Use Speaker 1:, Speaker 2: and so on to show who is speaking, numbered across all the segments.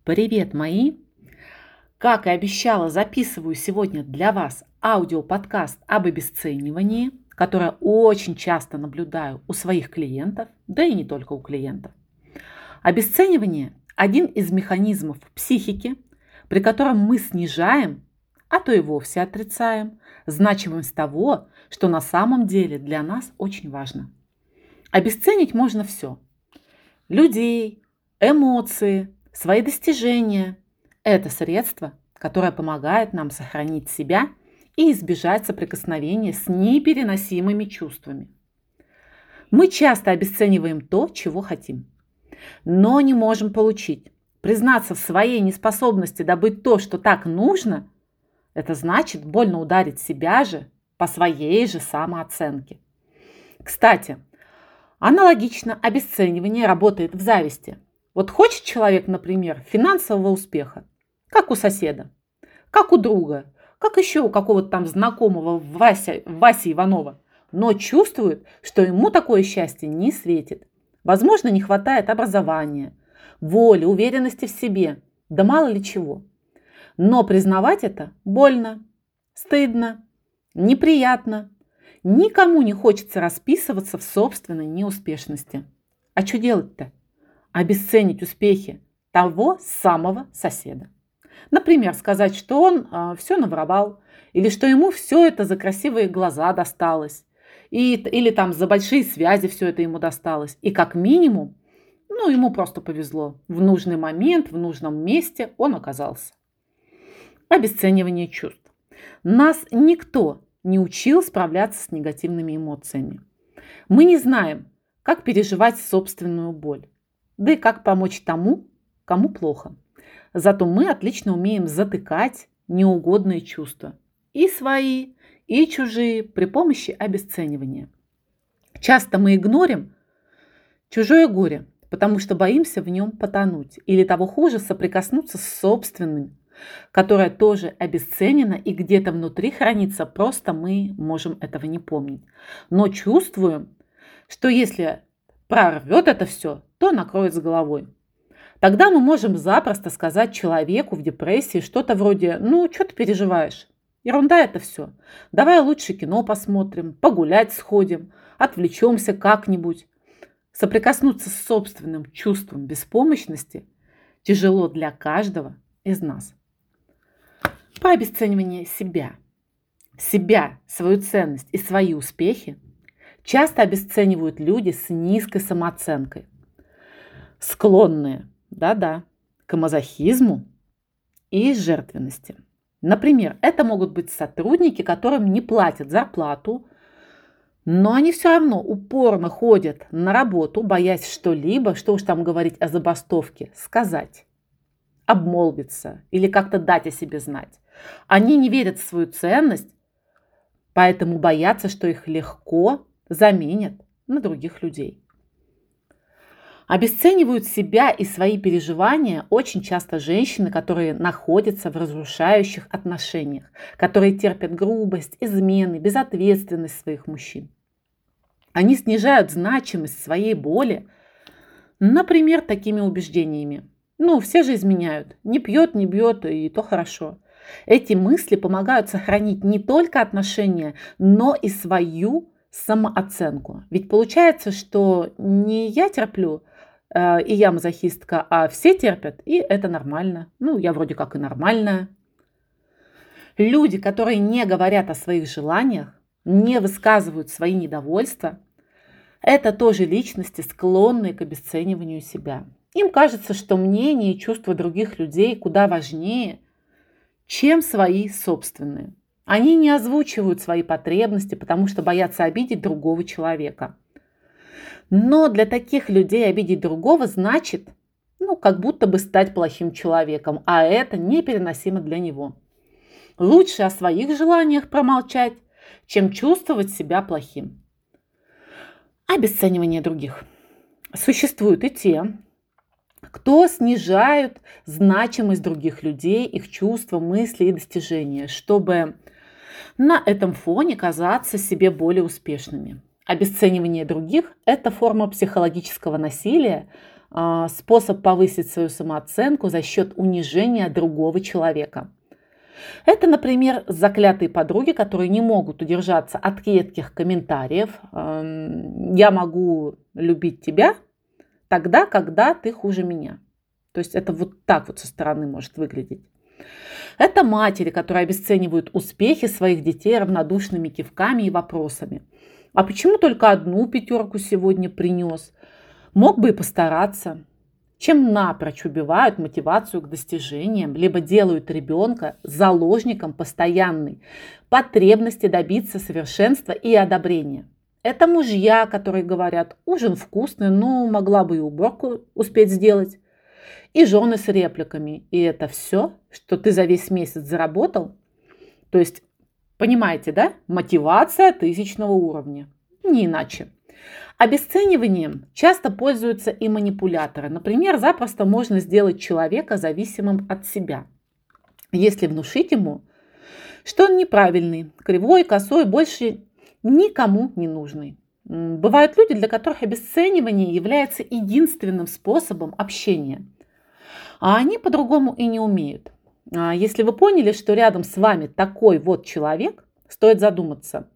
Speaker 1: Привет, мои! Как и обещала, записываю сегодня для вас аудиоподкаст об обесценивании, которое очень часто наблюдаю у своих клиентов, да и не только у клиентов. Обесценивание – один из механизмов психики, при котором мы снижаем, а то и вовсе отрицаем, значимость того, что на самом деле для нас очень важно. Обесценить можно все: людей, эмоции, свои достижения. Это средство, которое помогает нам сохранить себя и избежать соприкосновения с непереносимыми чувствами. Мы часто обесцениваем то, чего хотим, но не можем получить. Признаться в своей неспособности добыть то, что так нужно, это значит больно ударить себя же по своей же самооценке. Кстати, аналогично обесценивание работает в зависти. Вот хочет человек, например, финансового успеха, как у соседа, как у друга, как еще у какого-то там знакомого Васи Иванова, но чувствует, что ему такое счастье не светит. Возможно, не хватает образования, воли, уверенности в себе, да мало ли чего. Но признавать это больно, стыдно, неприятно. Никому не хочется расписываться в собственной неуспешности. А что делать-то? Обесценить успехи того самого соседа. Например, сказать, что он все наворовал, или что ему все это за красивые глаза досталось, или там за большие связи все это ему досталось. И как минимум, ему просто повезло. В нужный момент, в нужном месте он оказался. Обесценивание чувств. Нас никто не учил справляться с негативными эмоциями. Мы не знаем, как переживать собственную боль, да и как помочь тому, кому плохо. Зато мы отлично умеем затыкать неугодные чувства, и свои, и чужие, при помощи обесценивания. Часто мы игнорим чужое горе, потому что боимся в нем потонуть, или того хуже, соприкоснуться с собственным, которое тоже обесценено и где-то внутри хранится, просто мы можем этого не помнить. Но чувствуем, что если прорвет это все, то накроет с головой. Тогда мы можем запросто сказать человеку в депрессии что-то вроде: что ты переживаешь? Ерунда это все. Давай лучше кино посмотрим, погулять сходим, отвлечемся как-нибудь. Соприкоснуться с собственным чувством беспомощности тяжело для каждого из нас. Про обесценивание себя, свою ценность и свои успехи часто обесценивают люди с низкой самооценкой, склонные, к мазохизму и жертвенности. Например, это могут быть сотрудники, которым не платят зарплату, но они все равно упорно ходят на работу, боясь что-либо, что уж там говорить о забастовке, сказать, обмолвиться или как-то дать о себе знать. Они не верят в свою ценность, поэтому боятся, что их легко заменят на других людей. Обесценивают себя и свои переживания очень часто женщины, которые находятся в разрушающих отношениях, которые терпят грубость, измены, безответственность своих мужчин. Они снижают значимость своей боли, например, такими убеждениями. Все же изменяют. Не пьет, не бьет, и то хорошо. Эти мысли помогают сохранить не только отношения, но и свою самооценку. Ведь получается, что не я терплю, и я мазохистка, а все терпят, и это нормально. Я вроде как и нормальная. Люди, которые не говорят о своих желаниях, не высказывают свои недовольства, это тоже личности, склонные к обесцениванию себя. Им кажется, что мнение и чувства других людей куда важнее, чем свои собственные. Они не озвучивают свои потребности, потому что боятся обидеть другого человека. Но для таких людей обидеть другого значит, как будто бы стать плохим человеком, а это непереносимо для него. Лучше о своих желаниях промолчать, чем чувствовать себя плохим. Обесценивание других. Существуют и те, кто снижают значимость других людей, их чувства, мысли и достижения, чтобы на этом фоне казаться себе более успешными. Обесценивание других – это форма психологического насилия, способ повысить свою самооценку за счет унижения другого человека. Это, например, заклятые подруги, которые не могут удержаться от едких комментариев. «Я могу любить тебя тогда, когда ты хуже меня». То есть это вот так вот со стороны может выглядеть. Это матери, которые обесценивают успехи своих детей равнодушными кивками и вопросами. А почему только одну пятерку сегодня принес? Мог бы и постараться. Чем напрочь убивают мотивацию к достижениям, либо делают ребенка заложником постоянной потребности добиться совершенства и одобрения. Это мужья, которые говорят: ужин вкусный, но могла бы и уборку успеть сделать. И жены с репликами: и это все, что ты за весь месяц заработал? То есть, понимаете, да? Мотивация 1000 уровня. Не иначе. Обесцениванием часто пользуются и манипуляторы. Например, запросто можно сделать человека зависимым от себя, если внушить ему, что он неправильный, кривой, косой, больше никому не нужный. Бывают люди, для которых обесценивание является единственным способом общения, а они по-другому и не умеют. Если вы поняли, что рядом с вами такой вот человек, стоит задуматься,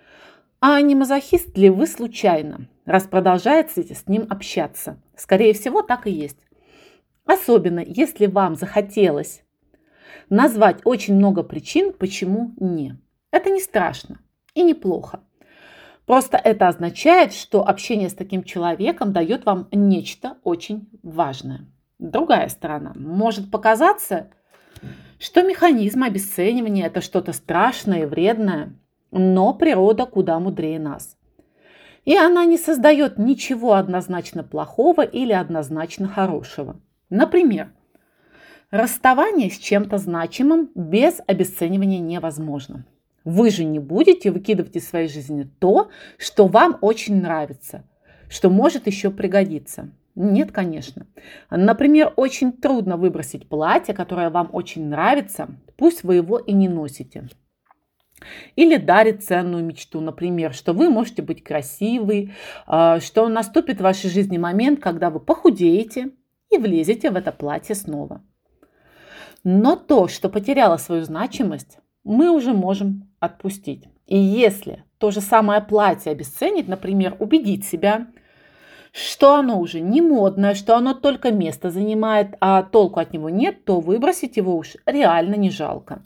Speaker 1: а не мазохист ли вы случайно, раз продолжаете с ним общаться? Скорее всего, так и есть. Особенно, если вам захотелось назвать очень много причин, почему не. Это не страшно и неплохо. Просто это означает, что общение с таким человеком дает вам нечто очень важное. Другая сторона. Может показаться, что механизм обесценивания – это что-то страшное и вредное, но природа куда мудрее нас. И она не создает ничего однозначно плохого или однозначно хорошего. Например, расставание с чем-то значимым без обесценивания невозможно. Вы же не будете выкидывать из своей жизни то, что вам очень нравится, что может еще пригодиться. Нет, конечно. Например, очень трудно выбросить платье, которое вам очень нравится, пусть вы его и не носите. Или дарит ценную мечту, например, что вы можете быть красивой, что наступит в вашей жизни момент, когда вы похудеете и влезете в это платье снова. Но то, что потеряло свою значимость, мы уже можем отпустить. И если то же самое платье обесценить, например, убедить себя, что оно уже не модное, что оно только место занимает, а толку от него нет, то выбросить его уж реально не жалко.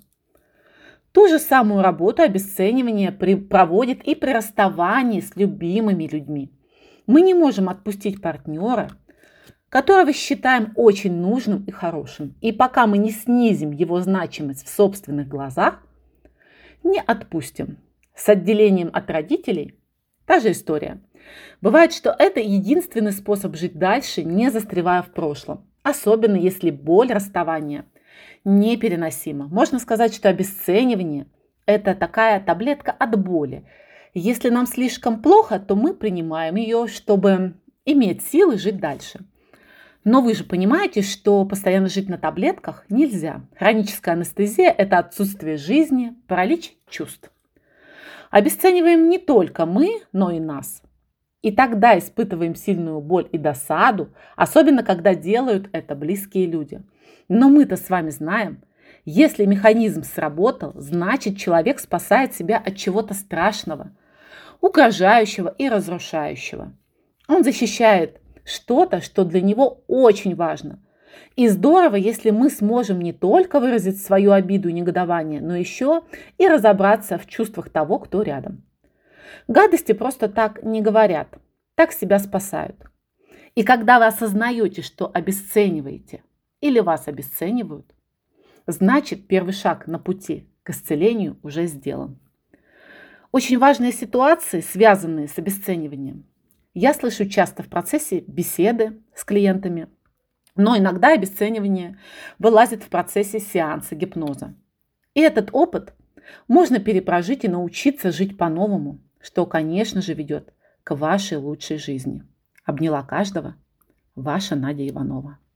Speaker 1: Ту же самую работу обесценивания проводит и при расставании с любимыми людьми. Мы не можем отпустить партнера, которого считаем очень нужным и хорошим. И пока мы не снизим его значимость в собственных глазах, не отпустим. С отделением от родителей та же история. Бывает, что это единственный способ жить дальше, не застревая в прошлом. Особенно если боль расставания непереносима. Можно сказать, что обесценивание – это такая таблетка от боли. Если нам слишком плохо, то мы принимаем ее, чтобы иметь силы жить дальше. Но вы же понимаете, что постоянно жить на таблетках нельзя. Хроническая анестезия – это отсутствие жизни, паралич чувств. Обесцениваем не только мы, но и нас. И тогда испытываем сильную боль и досаду, особенно когда делают это близкие люди. Но мы-то с вами знаем, если механизм сработал, значит человек спасает себя от чего-то страшного, угрожающего и разрушающего. Он защищает что-то, что для него очень важно. И здорово, если мы сможем не только выразить свою обиду и негодование, но еще и разобраться в чувствах того, кто рядом. Гадости просто так не говорят, так себя спасают. И когда вы осознаете, что обесцениваете или вас обесценивают, значит, первый шаг на пути к исцелению уже сделан. Очень важные ситуации, связанные с обесцениванием, я слышу часто в процессе беседы с клиентами, но иногда обесценивание вылазит в процессе сеанса гипноза. И этот опыт можно перепрожить и научиться жить по-новому, что, конечно же, ведет к вашей лучшей жизни. Обняла каждого. Ваша Надя Иванова.